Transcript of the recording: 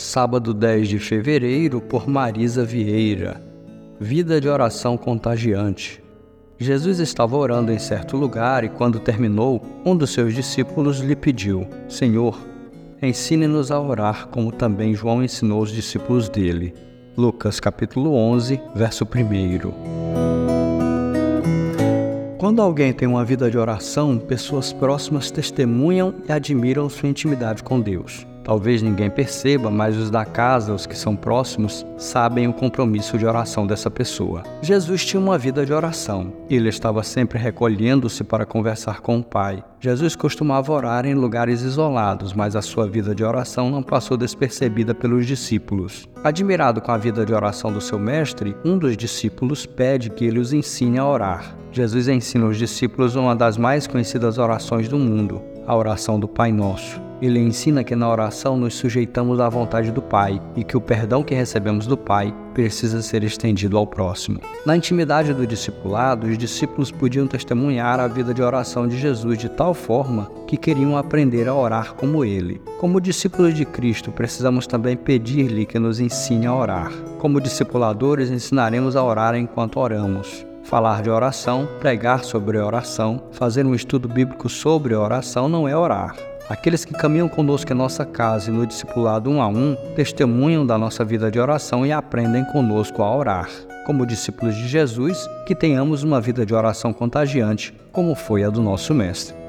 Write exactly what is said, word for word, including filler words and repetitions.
Sábado dez de fevereiro, por Marisa Vieira. Vida de oração contagiante. Jesus estava orando em certo lugar e, quando terminou, um dos seus discípulos lhe pediu: Senhor, ensine-nos a orar, como também João ensinou os discípulos dele. Lucas capítulo onze, verso primeiro. Quando alguém tem uma vida de oração, pessoas próximas testemunham e admiram sua intimidade com Deus. Talvez ninguém perceba, mas os da casa, os que são próximos, sabem o compromisso de oração dessa pessoa. Jesus tinha uma vida de oração. Ele estava sempre recolhendo-se para conversar com o Pai. Jesus costumava orar em lugares isolados, mas a sua vida de oração não passou despercebida pelos discípulos. Admirado com a vida de oração do seu mestre, um dos discípulos pede que ele os ensine a orar. Jesus ensina os discípulos uma das mais conhecidas orações do mundo, a oração do Pai Nosso. Ele ensina que na oração nos sujeitamos à vontade do Pai e que o perdão que recebemos do Pai precisa ser estendido ao próximo. Na intimidade do discipulado, os discípulos podiam testemunhar a vida de oração de Jesus de tal forma que queriam aprender a orar como ele. Como discípulos de Cristo, precisamos também pedir-lhe que nos ensine a orar. Como discipuladores, ensinaremos a orar enquanto oramos. Falar de oração, pregar sobre oração, fazer um estudo bíblico sobre oração não é orar. Aqueles que caminham conosco em nossa casa e no discipulado um a um, testemunham da nossa vida de oração e aprendem conosco a orar. Como discípulos de Jesus, que tenhamos uma vida de oração contagiante, como foi a do nosso Mestre.